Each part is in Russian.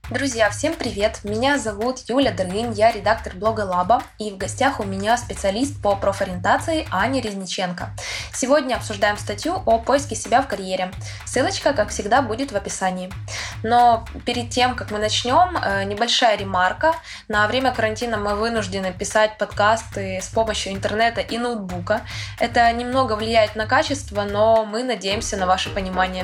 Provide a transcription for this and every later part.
Друзья, всем привет! Меня зовут Юля Дрынь, я редактор блога Лаба, и в гостях у меня специалист по профориентации Аня Резниченко. Сегодня обсуждаем статью о поиске себя в карьере. Ссылочка, как всегда, будет в описании. Но перед тем, как мы начнем, небольшая ремарка. На время карантина мы вынуждены писать подкасты с помощью интернета и ноутбука. Это немного влияет на качество, но мы надеемся на ваше понимание.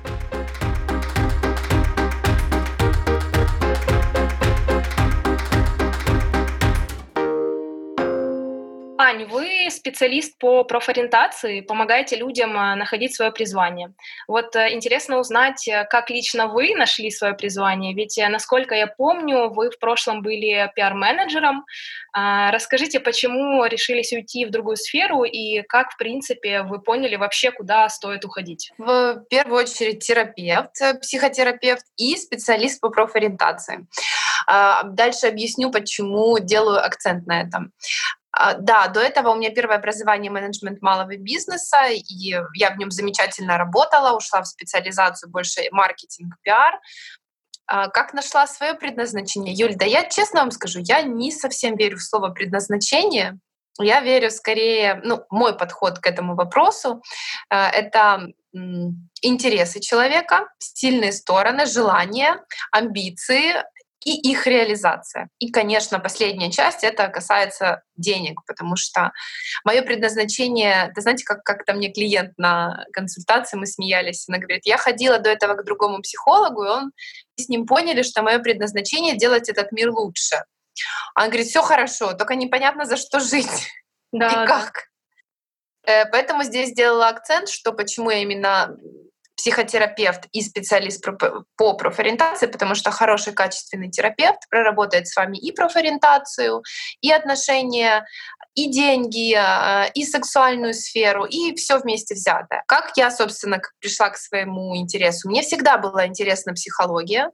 Ань, вы специалист по профориентации, помогаете людям находить свое призвание. Вот интересно узнать, как лично вы нашли свое призвание, ведь, насколько я помню, вы в прошлом были пиар-менеджером. Расскажите, почему решились уйти в другую сферу и как, в принципе, вы поняли вообще, куда стоит уходить? В первую очередь терапевт, психотерапевт и специалист по профориентации. Дальше объясню, почему делаю акцент на этом. Да, до этого у меня первое образование менеджмент малого бизнеса, и я в нем замечательно работала, ушла в специализацию больше маркетинг, пиар. Как нашла свое предназначение? Юль, да я честно вам скажу, я не совсем верю в слово предназначение. Я верю скорее, мой подход к этому вопросу это интересы человека, сильные стороны, желания, амбиции и их реализация. И, конечно, последняя часть это касается денег, потому что мое предназначение, да знаете, как-то мне клиент на консультации, мы смеялись, она говорит, я ходила до этого к другому психологу, и мы с ним поняли, что мое предназначение делать этот мир лучше. Она говорит, все хорошо, только непонятно, за что жить и Да, да. как. Поэтому здесь сделала акцент, что почему я именно психотерапевт и специалист по профориентации, потому что хороший качественный терапевт проработает с вами и профориентацию, и отношения, и деньги, и сексуальную сферу, и все вместе взятое. Как я, собственно, пришла к своему интересу? Мне всегда была интересна психология.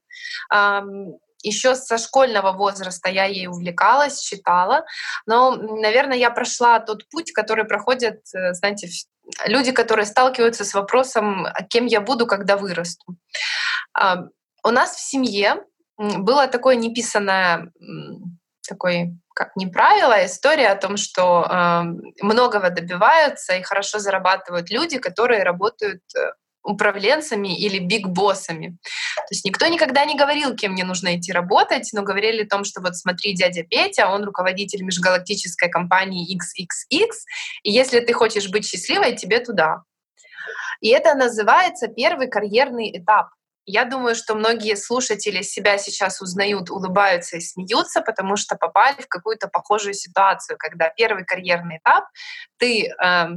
Еще со школьного возраста я ей увлекалась, читала. Но, наверное, я прошла тот путь, который проходят, знаете, люди, которые сталкиваются с вопросом, кем я буду, когда вырасту. У нас в семье было такое неписанное, такой как не правило, а история о том, что многого добиваются и хорошо зарабатывают люди, которые работают управленцами или биг-боссами. То есть никто никогда не говорил, кем мне нужно идти работать, но говорили о том, что вот смотри, дядя Петя, он руководитель межгалактической компании XXX, и если ты хочешь быть счастливой, тебе туда. И это называется первый карьерный этап. Я думаю, что многие слушатели себя сейчас узнают, улыбаются и смеются, потому что попали в какую-то похожую ситуацию, когда первый карьерный этап ты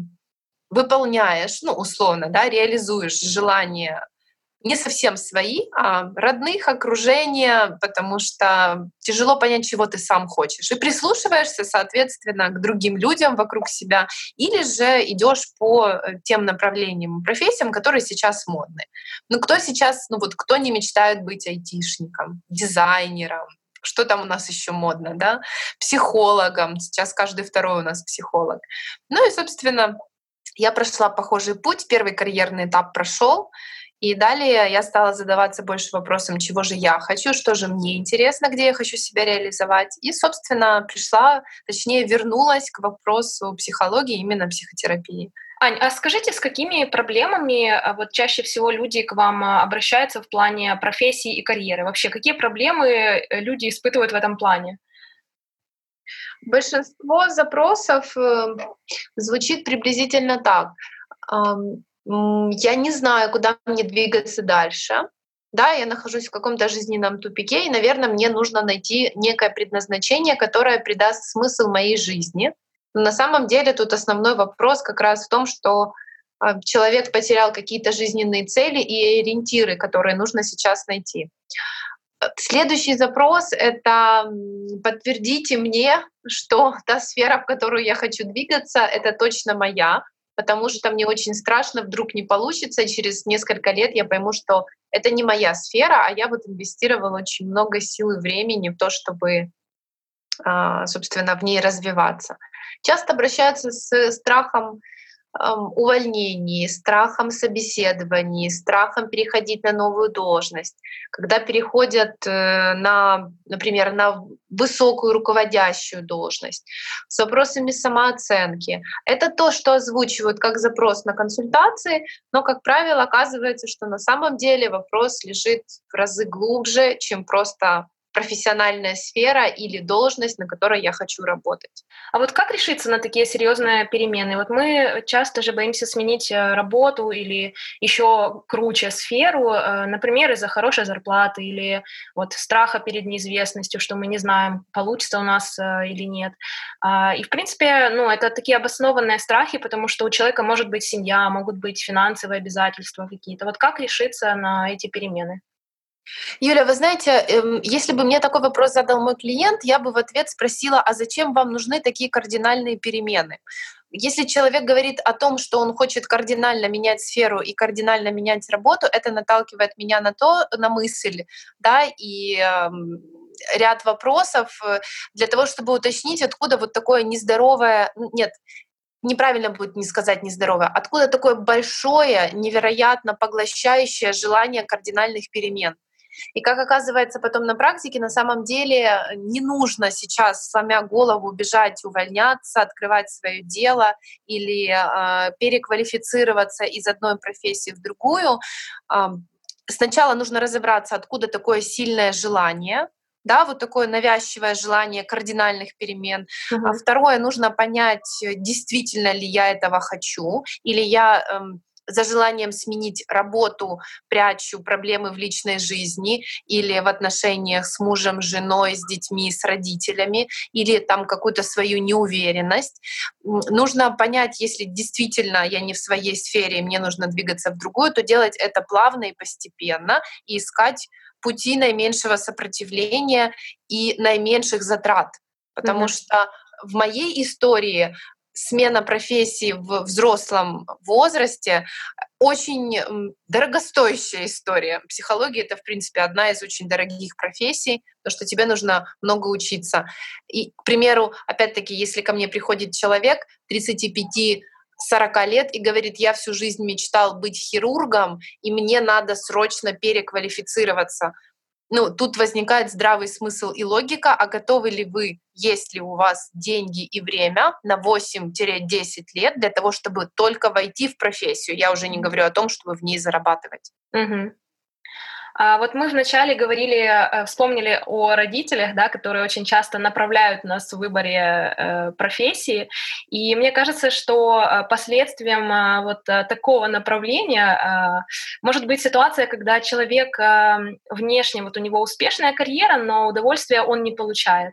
выполняешь, условно, да, реализуешь желания не совсем свои, а родных, окружения, потому что тяжело понять, чего ты сам хочешь. И прислушиваешься, соответственно, к другим людям вокруг себя, или же идешь по тем направлениям, профессиям, которые сейчас модны. Ну кто сейчас, кто не мечтает быть айтишником, дизайнером, что там у нас еще модно, да, психологом, сейчас каждый второй у нас психолог. Ну и, собственно, я прошла похожий путь, первый карьерный этап прошел, и далее я стала задаваться больше вопросом, чего же я хочу, что же мне интересно, где я хочу себя реализовать. И, собственно, пришла, точнее, вернулась к вопросу психологии, именно психотерапии. Ань, а скажите, с какими проблемами вот чаще всего люди к вам обращаются в плане профессии и карьеры? Вообще, какие проблемы люди испытывают в этом плане? Большинство запросов звучит приблизительно так. Я не знаю, куда мне двигаться дальше. Да, я нахожусь в каком-то жизненном тупике, и, наверное, мне нужно найти некое предназначение, которое придаст смысл моей жизни. Но на самом деле тут основной вопрос как раз в том, что человек потерял какие-то жизненные цели и ориентиры, которые нужно сейчас найти. Следующий запрос — это подтвердите мне, что та сфера, в которую я хочу двигаться, это точно моя, потому что мне очень страшно, вдруг не получится, и через несколько лет я пойму, что это не моя сфера, а я вот инвестировала очень много сил и времени в то, чтобы, собственно, в ней развиваться. Часто обращаются с страхом увольнении, страхом собеседований, страхом переходить на новую должность, когда переходят например, на высокую руководящую должность, с вопросами самооценки. Это то, что озвучивают как запрос на консультации, но, как правило, оказывается, что на самом деле вопрос лежит в разы глубже, чем просто профессиональная сфера или должность, на которой я хочу работать. А вот как решиться на такие серьезные перемены? Вот мы часто же боимся сменить работу или еще круче сферу, например, из-за хорошей зарплаты или вот страха перед неизвестностью, что мы не знаем, получится у нас или нет. И, в принципе, ну, это такие обоснованные страхи, потому что у человека может быть семья, могут быть финансовые обязательства какие-то. Вот как решиться на эти перемены? Юля, вы знаете, если бы мне такой вопрос задал мой клиент, я бы в ответ спросила, а зачем вам нужны такие кардинальные перемены? Если человек говорит о том, что он хочет кардинально менять сферу и кардинально менять работу, это наталкивает меня на мысль, да, и ряд вопросов для того, чтобы уточнить, откуда вот такое нездоровое, нет, неправильно будет не сказать нездоровое, откуда такое большое, невероятно поглощающее желание кардинальных перемен. И как оказывается потом на практике, на самом деле не нужно сейчас, сломя голову, бежать, увольняться, открывать свое дело или переквалифицироваться из одной профессии в другую. Сначала нужно разобраться, откуда такое сильное желание, да, вот такое навязчивое желание кардинальных перемен. А Мгм. второе, нужно понять, действительно ли я этого хочу, или я за желанием сменить работу прячу проблемы в личной жизни или в отношениях с мужем, женой, с детьми, с родителями, или там какую-то свою неуверенность. Нужно понять, если действительно я не в своей сфере, и мне нужно двигаться в другую, то делать это плавно и постепенно, и искать пути наименьшего сопротивления и наименьших затрат. Потому Мгм. что в моей истории смена профессии в взрослом возрасте очень дорогостоящая история. Психология — это, в принципе, одна из очень дорогих профессий, потому что тебе нужно много учиться. И, к примеру, опять-таки, если ко мне приходит человек 35-40 лет и говорит: я всю жизнь мечтал быть хирургом, и мне надо срочно переквалифицироваться. Ну, тут возникает здравый смысл и логика, а готовы ли вы, есть ли у вас деньги и время на 8-10 лет для того, чтобы только войти в профессию. Я уже не говорю о том, чтобы в ней зарабатывать. Мгм. Вот мы вначале говорили, вспомнили о родителях, да, которые очень часто направляют нас в выборе профессии. И мне кажется, что последствием такого направления может быть ситуация, когда человек внешне, вот у него успешная карьера, но удовольствия он не получает.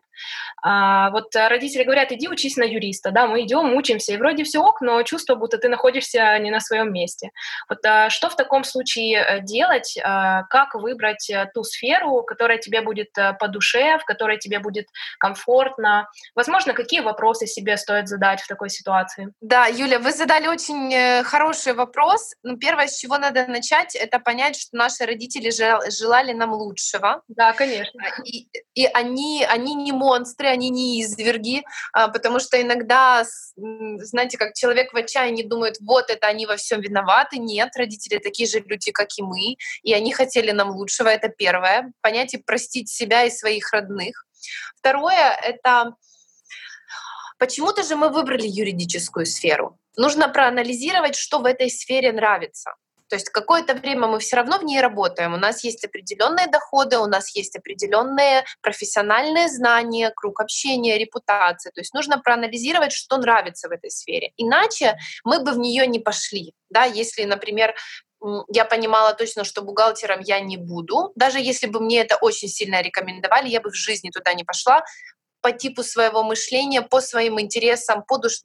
Родители говорят: иди учись на юриста, да, мы идем, учимся, и вроде все ок, но чувство, будто ты находишься не на своем месте. Что в таком случае делать? Как выбрать ту сферу, которая тебе будет по душе, в которой тебе будет комфортно? Возможно, какие вопросы себе стоит задать в такой ситуации? Да, Юля, вы задали очень хороший вопрос. Ну, первое, с чего надо начать, это понять, что наши родители желали нам лучшего. Да, конечно. И они не монстры, они не изверги, потому что иногда, знаете, как человек в отчаянии думает: вот это они во всем виноваты. Нет, родители такие же люди, как и мы, и они хотели нам лучшего. Это первое. Понять и простить себя и своих родных. Второе — это почему-то же мы выбрали юридическую сферу. Нужно проанализировать, что в этой сфере нравится. То есть какое-то время мы все равно в ней работаем. У нас есть определенные доходы, у нас есть определенные профессиональные знания, круг общения, репутация. То есть нужно проанализировать, что нравится в этой сфере. Иначе мы бы в нее не пошли. Да, если, например, я понимала точно, что бухгалтером я не буду, даже если бы мне это очень сильно рекомендовали, я бы в жизни туда не пошла по типу своего мышления, по своим интересам,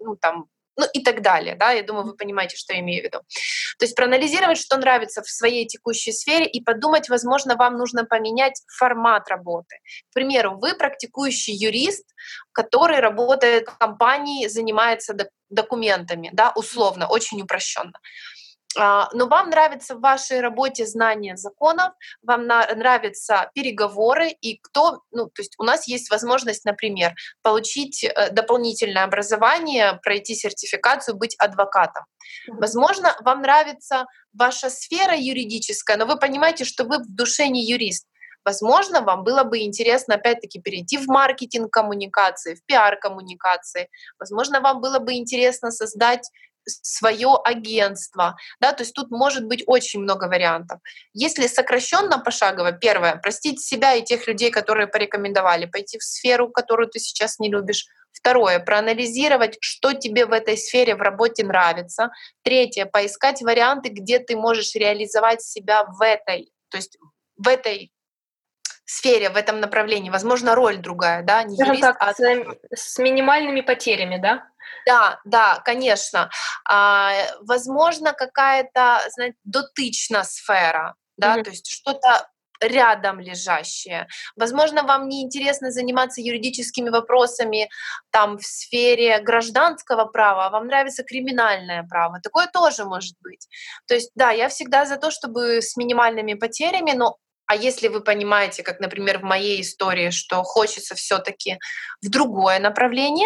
ну и так далее. Да? Я думаю, вы понимаете, что я имею в виду. То есть проанализировать, что нравится в своей текущей сфере, и подумать, возможно, вам нужно поменять формат работы. К примеру, вы практикующий юрист, который работает в компании, занимается документами, да, условно, очень упрощенно. Но вам нравится в вашей работе знание законов, вам нравятся переговоры, и то есть у нас есть возможность, например, получить дополнительное образование, пройти сертификацию, быть адвокатом. Возможно, вам нравится ваша сфера юридическая, но вы понимаете, что вы в душе не юрист. Возможно, вам было бы интересно опять-таки перейти в маркетинг коммуникации, в пиар коммуникации. Возможно, вам было бы интересно создать свое агентство, да, то есть тут может быть очень много вариантов. Если сокращенно пошагово, первое, простить себя и тех людей, которые порекомендовали, пойти в сферу, которую ты сейчас не любишь. Второе, проанализировать, что тебе в этой сфере в работе нравится. Третье, поискать варианты, где ты можешь реализовать себя то есть в этой сфере, в этом направлении. Возможно, роль другая, да, не Скажем юрист, так, а с минимальными потерями, да? да, да, конечно. Возможно, какая-то, знаете, дотычна сфера, да, Мгм. то есть что-то рядом лежащее. Возможно, вам не интересно заниматься юридическими вопросами там в сфере гражданского права, а вам нравится криминальное право. Такое тоже может быть. То есть, да, я всегда за то, чтобы с минимальными потерями, но а если вы понимаете, как, например, в моей истории, что хочется все-таки в другое направление,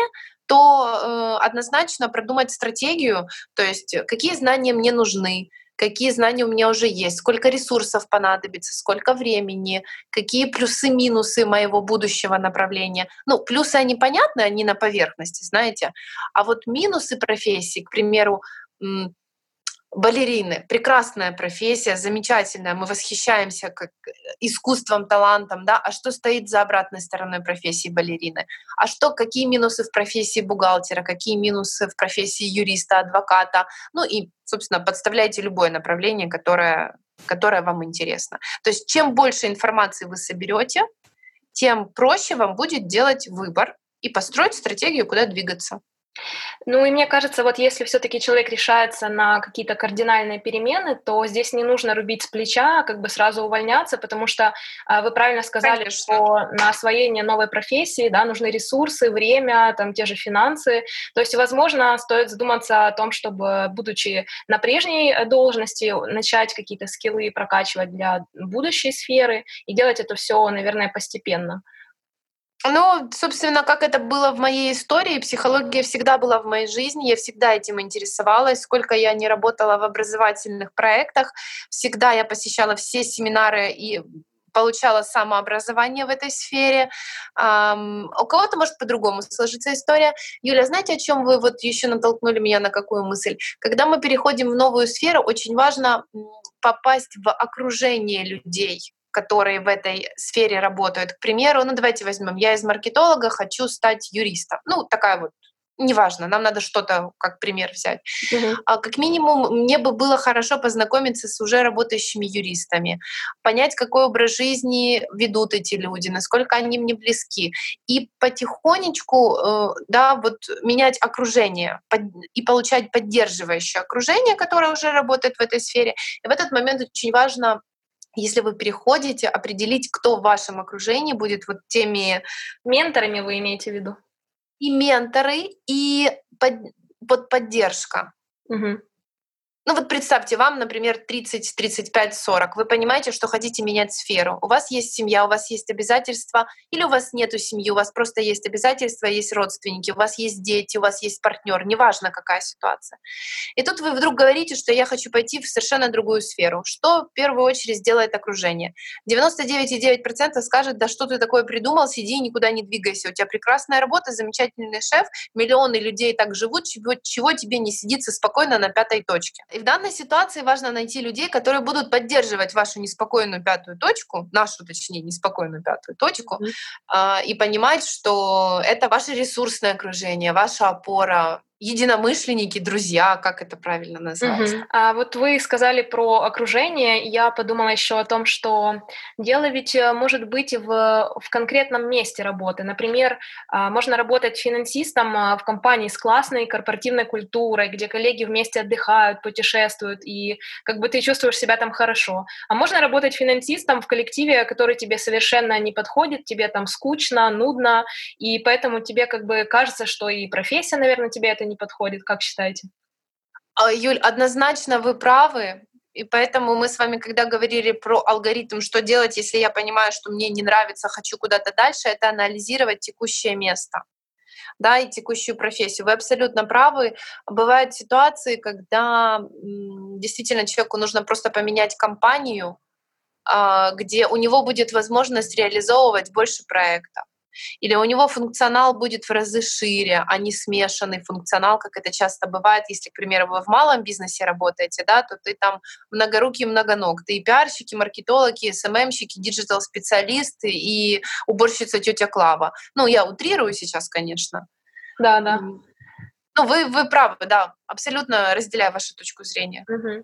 то однозначно продумать стратегию, то есть какие знания мне нужны, какие знания у меня уже есть, сколько ресурсов понадобится, сколько времени, какие плюсы-минусы моего будущего направления. Ну, плюсы, они понятны, они на поверхности, знаете, а вот минусы профессии, к примеру, балерины — прекрасная профессия, замечательная. Мы восхищаемся как искусством, талантом, да. А что стоит за обратной стороной профессии балерины? Какие минусы в профессии бухгалтера, какие минусы в профессии юриста, адвоката? Ну и, собственно, подставляйте любое направление, которое вам интересно. То есть чем больше информации вы соберете, тем проще вам будет делать выбор и построить стратегию, куда двигаться. Ну и мне кажется, вот если все таки человек решается на какие-то кардинальные перемены, то здесь не нужно рубить с плеча, как бы сразу увольняться, потому что, вы правильно сказали, Конечно. что на освоение новой профессии, да, нужны ресурсы, время, там те же финансы. То есть, возможно, стоит задуматься о том, чтобы, будучи на прежней, должности, начать какие-то скиллы прокачивать для будущей сферы и делать это все, наверное, постепенно. Ну, собственно, как это было в моей истории, психология всегда была в моей жизни, я всегда этим интересовалась. Сколько я не работала в образовательных проектах, всегда я посещала все семинары и получала самообразование в этой сфере. У кого-то может по-другому сложиться история. Юля, знаете, о чем вы вот еще натолкнули меня на какую мысль? Когда мы переходим в новую сферу, очень важно попасть в окружение людей, которые в этой сфере работают. К примеру, ну давайте возьмем, я из маркетолога хочу стать юристом. Ну, такая вот, неважно, нам надо что-то как пример взять. Мгм. Как минимум, мне бы было хорошо познакомиться с уже работающими юристами, понять, какой образ жизни ведут эти люди, насколько они мне близки, и потихонечку, да, вот менять окружение и получать поддерживающее окружение, которое уже работает в этой сфере. И в этот момент очень важно, если вы переходите, определить, кто в вашем окружении будет вот теми Менторами вы имеете в виду? и менторы, и вот поддержка. Мгм. Ну вот представьте, вам, например, 30, 35, 40. Вы понимаете, что хотите менять сферу. У вас есть семья, у вас есть обязательства, или у вас нету семьи, у вас просто есть обязательства, есть родственники, у вас есть дети, у вас есть партнер, неважно какая ситуация. И тут вы вдруг говорите, что я хочу пойти в совершенно другую сферу. Что в первую очередь сделает окружение? 99,9% скажет: да что ты такое придумал, сиди и никуда не двигайся. У тебя прекрасная работа, замечательный шеф, миллионы людей так живут, чего тебе не сидится спокойно на пятой точке. И в данной ситуации важно найти людей, которые будут поддерживать вашу неспокойную пятую точку, нашу, точнее, неспокойную пятую точку, Мгм. и понимать, что это ваше ресурсное окружение, ваша опора, единомышленники, друзья, как это правильно назвать. Мгм. А вот вы сказали про окружение. Я подумала еще о том, что дело ведь может быть в конкретном месте работы. Например, можно работать финансистом в компании с классной корпоративной культурой, где коллеги вместе отдыхают, путешествуют, и как бы ты чувствуешь себя там хорошо. А можно работать финансистом в коллективе, который тебе совершенно не подходит, тебе там скучно, нудно, и поэтому тебе как бы кажется, что и профессия, наверное, тебе это не подходит. Как считаете? Юль, однозначно вы правы. И поэтому мы с вами, когда говорили про алгоритм, что делать, если я понимаю, что мне не нравится, хочу куда-то дальше, это анализировать текущее место, да, и текущую профессию. Вы абсолютно правы. Бывают ситуации, когда действительно человеку нужно просто поменять компанию, где у него будет возможность реализовывать больше проектов. Или у него функционал будет в разы шире, а не смешанный функционал, как это часто бывает, если, к примеру, вы в малом бизнесе работаете, да, то ты там многорукий, многоног. Ты и пиарщики, и маркетологи, и СММщики, диджитал-специалисты и уборщица тетя Клава. Ну, я утрирую сейчас, конечно. Да, да. Ну, вы правы, да, абсолютно разделяю вашу точку зрения. Мгм.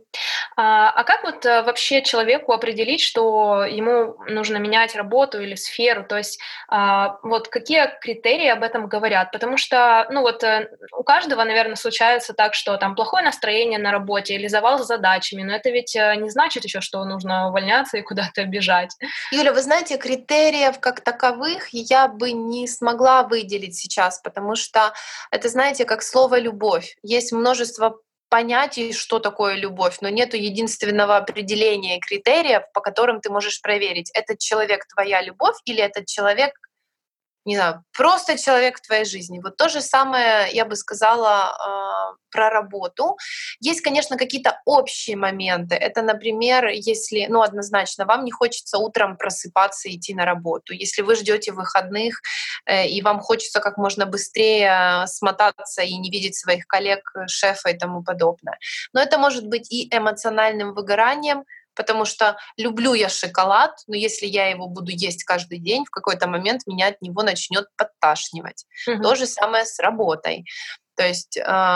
А как вот вообще человеку определить, что ему нужно менять работу или сферу? То есть вот какие критерии об этом говорят? Потому что, ну вот у каждого, наверное, случается так, что там плохое настроение на работе или завал с задачами, но это ведь не значит еще, что нужно увольняться и куда-то бежать. Юля, вы знаете, критериев как таковых я бы не смогла выделить сейчас, потому что это, знаете, как слово «любовь». Есть множество понятий, что такое любовь, но нету единственного определения и критериев, по которым ты можешь проверить, этот человек твоя любовь или этот человек, не знаю, просто человек в твоей жизни. Вот то же самое я бы сказала про работу. Есть, конечно, какие-то общие моменты. Это, например, если, ну, однозначно, вам не хочется утром просыпаться и идти на работу. Если вы ждете выходных, и вам хочется как можно быстрее смотаться и не видеть своих коллег, шефа и тому подобное. Но это может быть и эмоциональным выгоранием, потому что люблю я шоколад, но если я его буду есть каждый день, в какой-то момент меня от него начнет подташнивать. Мгм. То же самое с работой. То есть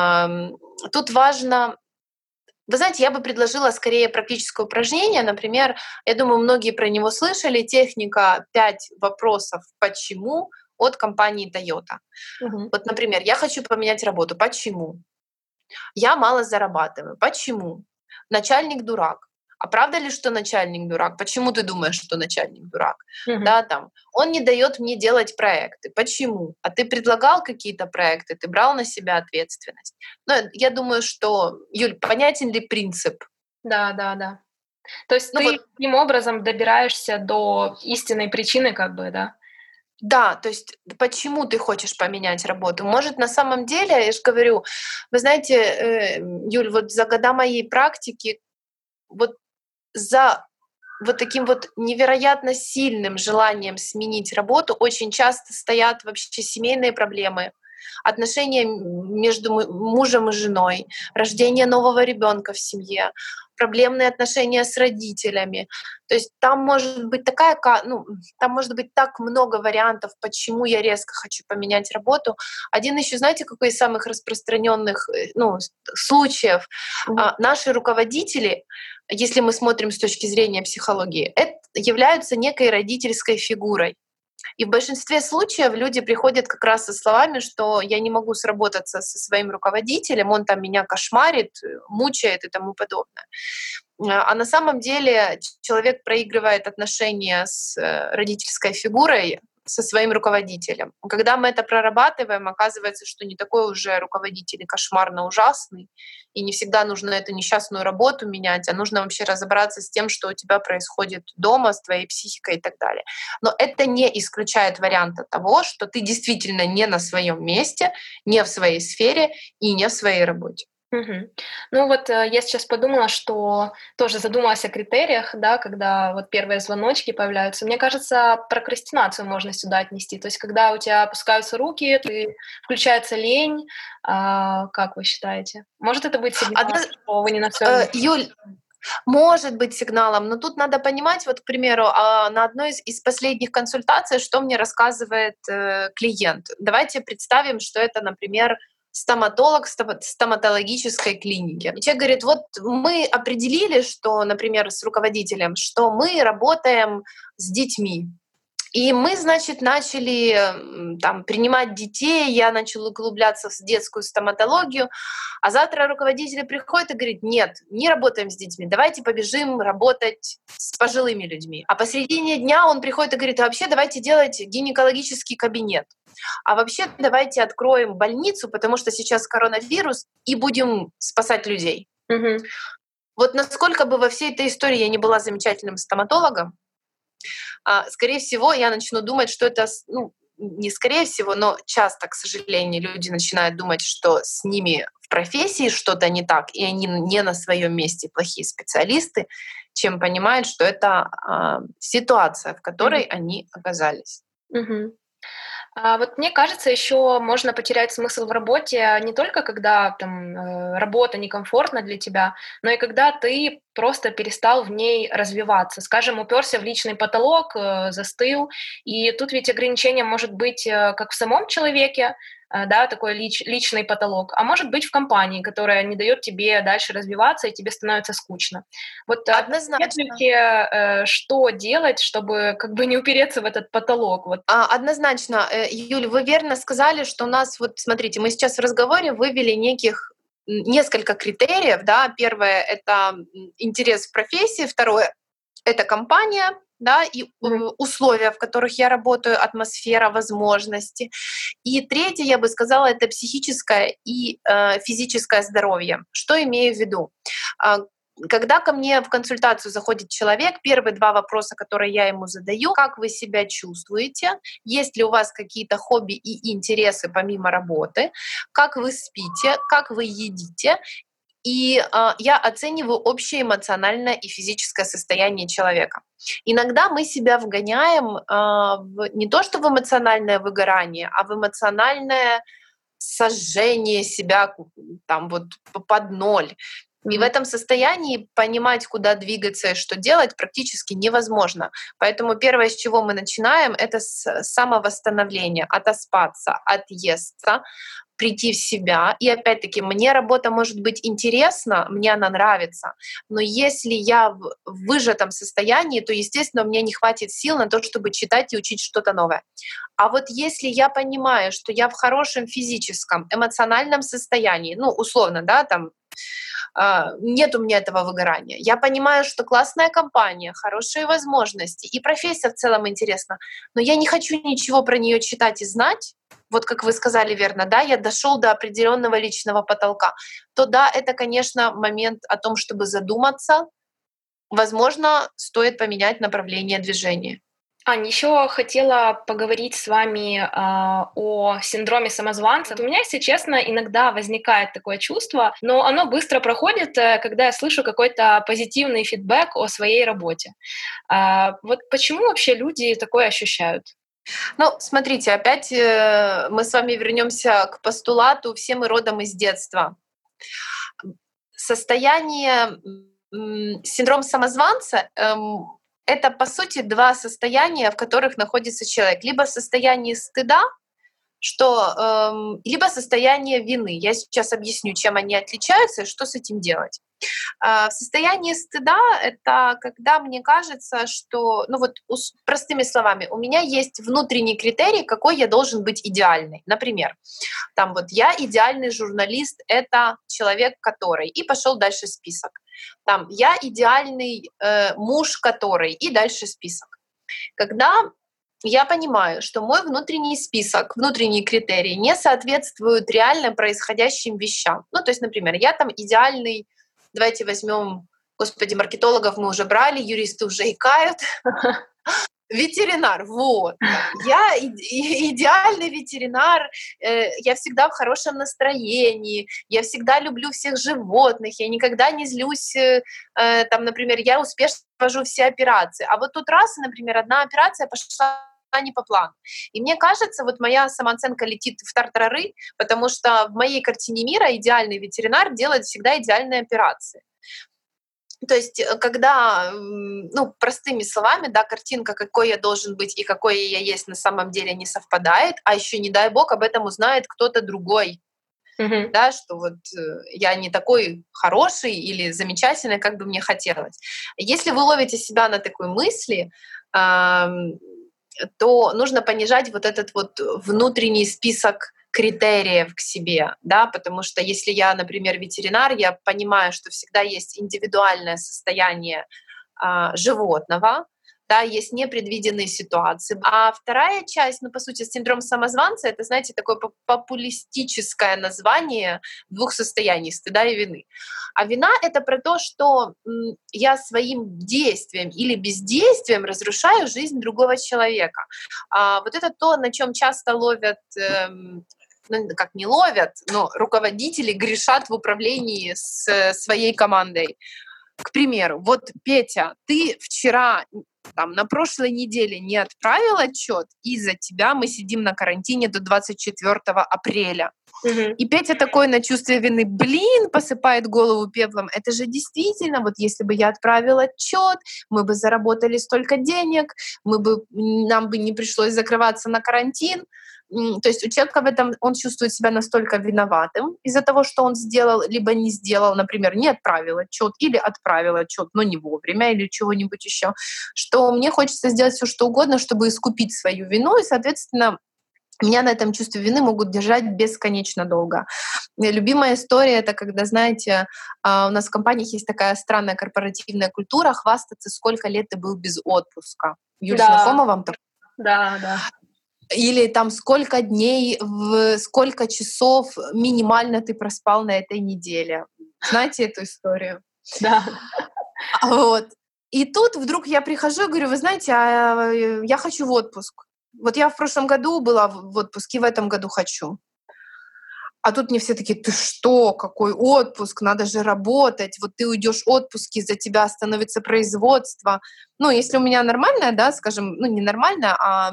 тут важно. Вы знаете, я бы предложила скорее практическое упражнение. Например, я думаю, многие про него слышали. Техника «5 вопросов почему» от компании Toyota. Мгм. Вот, например, я хочу поменять работу. Почему? Я мало зарабатываю. Почему? Начальник дурак. А правда ли, что начальник дурак? Почему ты думаешь, что начальник дурак? Мгм. Да, там. Он не дает мне делать проекты. Почему? А ты предлагал какие-то проекты, ты брал на себя ответственность. Но я думаю, что, Юль, понятен ли принцип? Да, да, да. То есть Ну ты вот, таким образом добираешься до истинной причины, как бы, да? да, то есть почему ты хочешь поменять работу? Может, на самом деле, я же говорю, вы знаете, Юль, вот за года моей практики, вот за вот таким вот невероятно сильным желанием сменить работу очень часто стоят вообще семейные проблемы, отношения между мужем и женой, рождение нового ребенка в семье, проблемные отношения с родителями. То есть там может быть ну, там может быть так много вариантов, почему я резко хочу поменять работу. Один еще, знаете, какой из самых распространенных ну, случаев? Мгм. Наши руководители, если мы смотрим с точки зрения психологии, являются некой родительской фигурой. И в большинстве случаев люди приходят как раз со словами, что я не могу сработаться со своим руководителем, он там меня кошмарит, мучает и тому подобное. А на самом деле человек проигрывает отношения с родительской фигурой со своим руководителем. Когда мы это прорабатываем, оказывается, что не такой уже руководитель и кошмарно ужасный, и не всегда нужно эту несчастную работу менять, а нужно вообще разобраться с тем, что у тебя происходит дома, с твоей психикой и так далее. Но это не исключает варианта того, что ты действительно не на своем месте, не в своей сфере и не в своей работе. Мгм. Ну вот я сейчас подумала, что тоже задумалась о критериях, да, когда вот первые звоночки появляются. Мне кажется, прокрастинацию можно сюда отнести. То есть когда у тебя опускаются руки, включается лень, как вы считаете? Может это быть сигнал, Одно- что вы не на своем месте? Юль, может быть сигналом, но тут надо понимать, вот, к примеру, на одной из последних консультаций, что мне рассказывает клиент. Давайте представим, что это, например, стоматолог в стоматологической клинике. И человек говорит, вот мы определили, что, например, с руководителем, что мы работаем с детьми. И мы, значит, начали там, принимать детей, я начала углубляться в детскую стоматологию, а завтра руководитель приходит и говорит, нет, не работаем с детьми, давайте побежим работать с пожилыми людьми. А посредине дня он приходит и говорит, а вообще давайте делать гинекологический кабинет. а вообще давайте откроем больницу, потому что сейчас коронавирус, и будем спасать людей. Вот насколько бы во всей этой истории я не была замечательным стоматологом, скорее всего, я начну думать, что это, ну, не скорее всего, но часто, к сожалению, люди начинают думать, что с ними в профессии что-то не так, и они не на своем месте плохие специалисты, чем понимают, что это ситуация, в которой они оказались. Вот мне кажется, еще можно потерять смысл в работе не только когда там работа некомфортна для тебя, но и когда ты просто перестал в ней развиваться. Скажем, уперся в личный потолок, застыл, и тут ведь ограничение может быть как в самом человеке, да, такой личный потолок, а может быть в компании, которая не дает тебе дальше развиваться, и тебе становится скучно. Вот посоветуйте, что делать, чтобы как бы не упереться в этот потолок? Вот. Однозначно, Юль, вы верно сказали, что у нас, вот смотрите, мы сейчас в разговоре вывели несколько критериев, да. Первое — это интерес в профессии, второе — это компания, да, и условия, в которых я работаю, атмосфера, возможности. И третье, я бы сказала, это психическое и физическое здоровье. Что имею в виду? Когда ко мне в консультацию заходит человек, первые два вопроса, которые я ему задаю: как вы себя чувствуете, есть ли у вас какие-то хобби и интересы помимо работы, как вы спите, как вы едите. И я оцениваю общее эмоциональное и физическое состояние человека. Иногда мы себя вгоняем не то что в эмоциональное выгорание, а в эмоциональное сожжение себя там вот под ноль. И в этом состоянии понимать, куда двигаться и что делать, практически невозможно. Поэтому первое, с чего мы начинаем, это с самовосстановления, отоспаться, отъесться, прийти в себя. И опять-таки, мне работа может быть интересна, мне она нравится, но если я в выжатом состоянии, то, естественно, у меня не хватит сил на то, чтобы читать и учить что-то новое. А вот если я понимаю, что я в хорошем физическом, эмоциональном состоянии, ну, условно, да, там, нет у меня этого выгорания. Я понимаю, что классная компания, хорошие возможности, и профессия в целом интересна, но я не хочу ничего про нее читать и знать. Вот как вы сказали верно, да, я дошел до определенного личного потолка. То да, это, конечно, момент о том, чтобы задуматься. Возможно, стоит поменять направление движения. Ань, еще хотела поговорить с вами о синдроме самозванца. У меня, если честно, иногда возникает такое чувство, но оно быстро проходит, когда я слышу какой-то позитивный фидбэк о своей работе. Вот почему вообще люди такое ощущают? Ну, смотрите, опять мы с вами вернемся к постулату «все мы родом из детства». Состояние синдром самозванца это, по сути, два состояния, в которых находится человек. Либо состояние стыда, либо состояние вины. Я сейчас объясню, чем они отличаются и что с этим делать. В состоянии стыда — это когда мне кажется, что, ну вот простыми словами, у меня есть внутренний критерий, какой я должен быть идеальный. Например, там вот я идеальный журналист — это человек, который, и пошел дальше список. Там я идеальный муж, который, и дальше список. Когда я понимаю, что мой внутренний список, внутренние критерии не соответствуют реально происходящим вещам. Ну, то есть, например, я там идеальный, давайте возьмем, господи, маркетологов мы уже брали, юристы уже икают. Ветеринар, вот. Я идеальный ветеринар, я всегда в хорошем настроении, я всегда люблю всех животных, я никогда не злюсь, там, например, я успешно провожу все операции. А вот тут раз, например, одна операция пошла не по плану. И мне кажется, вот моя самооценка летит в тартарары, потому что в моей картине мира идеальный ветеринар делает всегда идеальные операции. То есть, когда, ну, простыми словами, да, картинка, какой я должен быть и какой я есть на самом деле, не совпадает, а еще, не дай бог, об этом узнает кто-то другой. Да, что вот я не такой хороший или замечательный, как бы мне хотелось. Если вы ловите себя на такой мысли, то нужно понижать вот этот вот внутренний список критериев к себе, да, потому что если я, например, ветеринар, я понимаю, что всегда есть индивидуальное состояние животного, да, есть непредвиденные ситуации. А вторая часть, ну, по сути, синдром самозванца — это, знаете, такое популистическое название двух состояний — стыда и вины. А вина — это про то, что я своим действием или бездействием разрушаю жизнь другого человека. Вот это то, на чем часто ловят ну, как не ловят, но руководители грешат в управлении с своей командой. К примеру, вот, Петя, ты вчера, там, на прошлой неделе не отправил отчет, из-за тебя мы сидим на карантине до 24 апреля. И Петя такой на чувстве вины, посыпает голову пеплом. Это же действительно, вот если бы я отправил отчет, мы бы заработали столько денег, нам бы не пришлось закрываться на карантин. То есть у человека в этом, он чувствует себя настолько виноватым из-за того, что он сделал, либо не сделал, например, не отправил отчет или отправил отчет, но не вовремя или чего-нибудь еще, что мне хочется сделать все, что угодно, чтобы искупить свою вину, и, соответственно, меня на этом чувстве вины могут держать бесконечно долго. Любимая история — это когда, знаете, у нас в компаниях есть такая странная корпоративная культура хвастаться, сколько лет ты был без отпуска. Юль, знакома вам такое? Да. Или там сколько дней, сколько часов минимально ты проспал на этой неделе. Знаете эту историю? Да. Вот. И тут вдруг я прихожу и говорю, вы знаете, я хочу в отпуск. Вот я в прошлом году была в отпуске, в этом году хочу. А тут мне все такие, ты что, какой отпуск, надо же работать, вот ты уйдешь в отпуск, из-за тебя остановится производство. Ну, если у меня нормальное, да, скажем, ну, не нормальное, а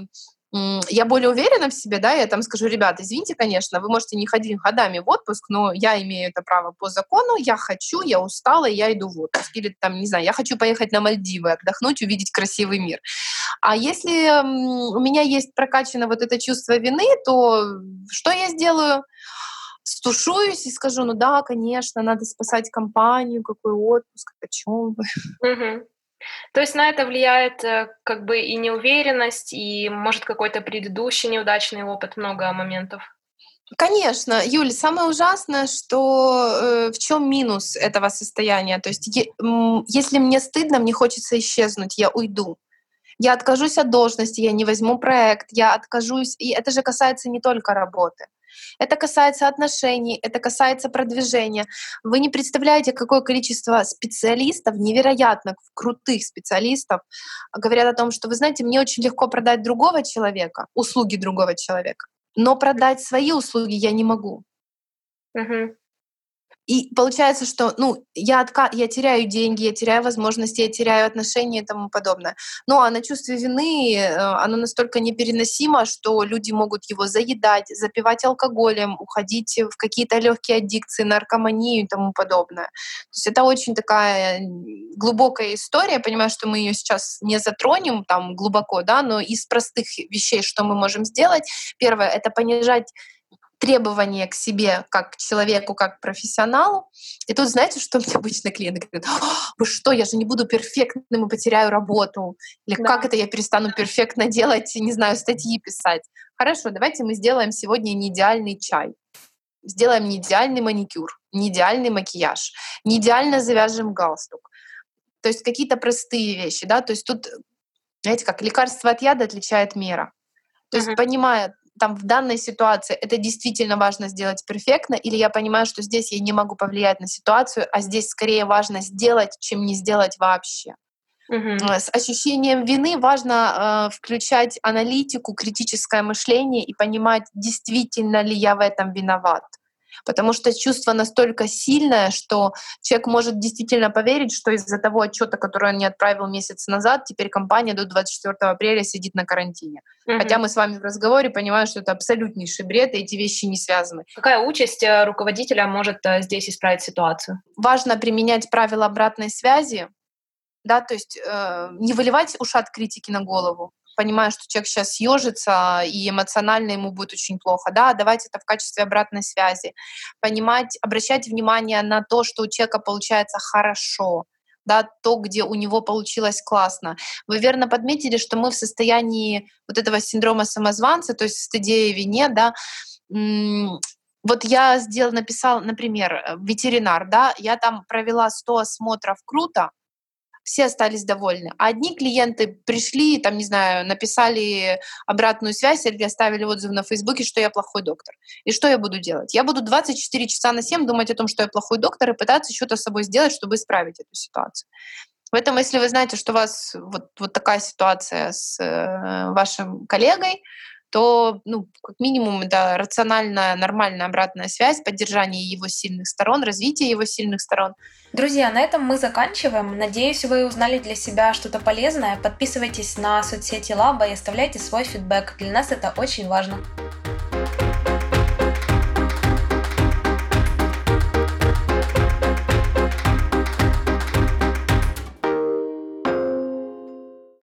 я более уверена в себе, да, я там скажу, ребята, извините, конечно, вы можете не ходить годами в отпуск, но я имею это право по закону, я хочу, я устала, я иду в отпуск. Или там, не знаю, я хочу поехать на Мальдивы, отдохнуть, увидеть красивый мир. А если у меня есть прокачано вот это чувство вины, то что я сделаю? Стушуюсь и скажу, ну да, конечно, надо спасать компанию, какой отпуск, о чем вы. То есть на это влияет как бы и неуверенность, и, может, какой-то предыдущий неудачный опыт, много моментов. Конечно, Юль, самое ужасное, что в чем минус этого состояния? То есть, если мне стыдно, мне хочется исчезнуть, я уйду. Я откажусь от должности, я не возьму проект, я откажусь. И это же касается не только работы. Это касается отношений, это касается продвижения. Вы не представляете, какое количество специалистов, невероятно крутых специалистов, говорят о том, что, вы знаете, мне очень легко продать другого человека, услуги другого человека, но продать свои услуги я не могу. И получается, что я теряю деньги, я теряю возможности, я теряю отношения и тому подобное. Ну а на чувстве вины оно настолько непереносимо, что люди могут его заедать, запивать алкоголем, уходить в какие-то легкие аддикции, наркоманию и тому подобное. То есть это очень такая глубокая история. Я понимаю, что мы ее сейчас не затронем там глубоко, да, но из простых вещей, что мы можем сделать. Первое — это понижать требования к себе как к человеку, как к профессионалу. И тут, знаете, что мне обычно клиенты говорят? Вы что, я же не буду перфектным и потеряю работу. Или как это я перестану перфектно делать, не знаю, статьи писать. Хорошо, давайте мы сделаем сегодня не идеальный чай. Сделаем не идеальный маникюр, не идеальный макияж, не идеально завяжем галстук. То есть какие-то простые вещи, да, то есть тут, знаете, как лекарство от яда отличает мера. То есть понимая, там в данной ситуации это действительно важно сделать перфектно, или я понимаю, что здесь я не могу повлиять на ситуацию, а здесь скорее важно сделать, чем не сделать вообще. С ощущением вины важно включать аналитику, критическое мышление и понимать, действительно ли я в этом виноват. Потому что чувство настолько сильное, что человек может действительно поверить, что из-за того отчета, который он не отправил месяц назад, теперь компания до 24 апреля сидит на карантине. Хотя мы с вами в разговоре понимаем, что это абсолютнейший бред, и эти вещи не связаны. Какая участь руководителя может здесь исправить ситуацию? Важно применять правила обратной связи, да, то есть не выливать ушат критики на голову, понимая, что человек сейчас съежится и эмоционально ему будет очень плохо, да, давать это в качестве обратной связи, понимать, обращать внимание на то, что у человека получается хорошо, да, то, где у него получилось классно. Вы верно подметили, что мы в состоянии вот этого синдрома самозванца, то есть в стыде и вине, да. Вот я написала, например, ветеринар, да, я там провела 100 осмотров, круто, все остались довольны. А одни клиенты пришли, там, не знаю, написали обратную связь или оставили отзыв на Фейсбуке, что я плохой доктор. И что я буду делать? Я буду 24 часа на 7 думать о том, что я плохой доктор, и пытаться что-то с собой сделать, чтобы исправить эту ситуацию. Поэтому, если вы знаете, что у вас вот такая ситуация с вашим коллегой, то, как минимум, это рациональная, нормальная обратная связь, поддержание его сильных сторон, развитие его сильных сторон. Друзья, на этом мы заканчиваем. Надеюсь, вы узнали для себя что-то полезное. Подписывайтесь на соцсети Лаба и оставляйте свой фидбэк. Для нас это очень важно.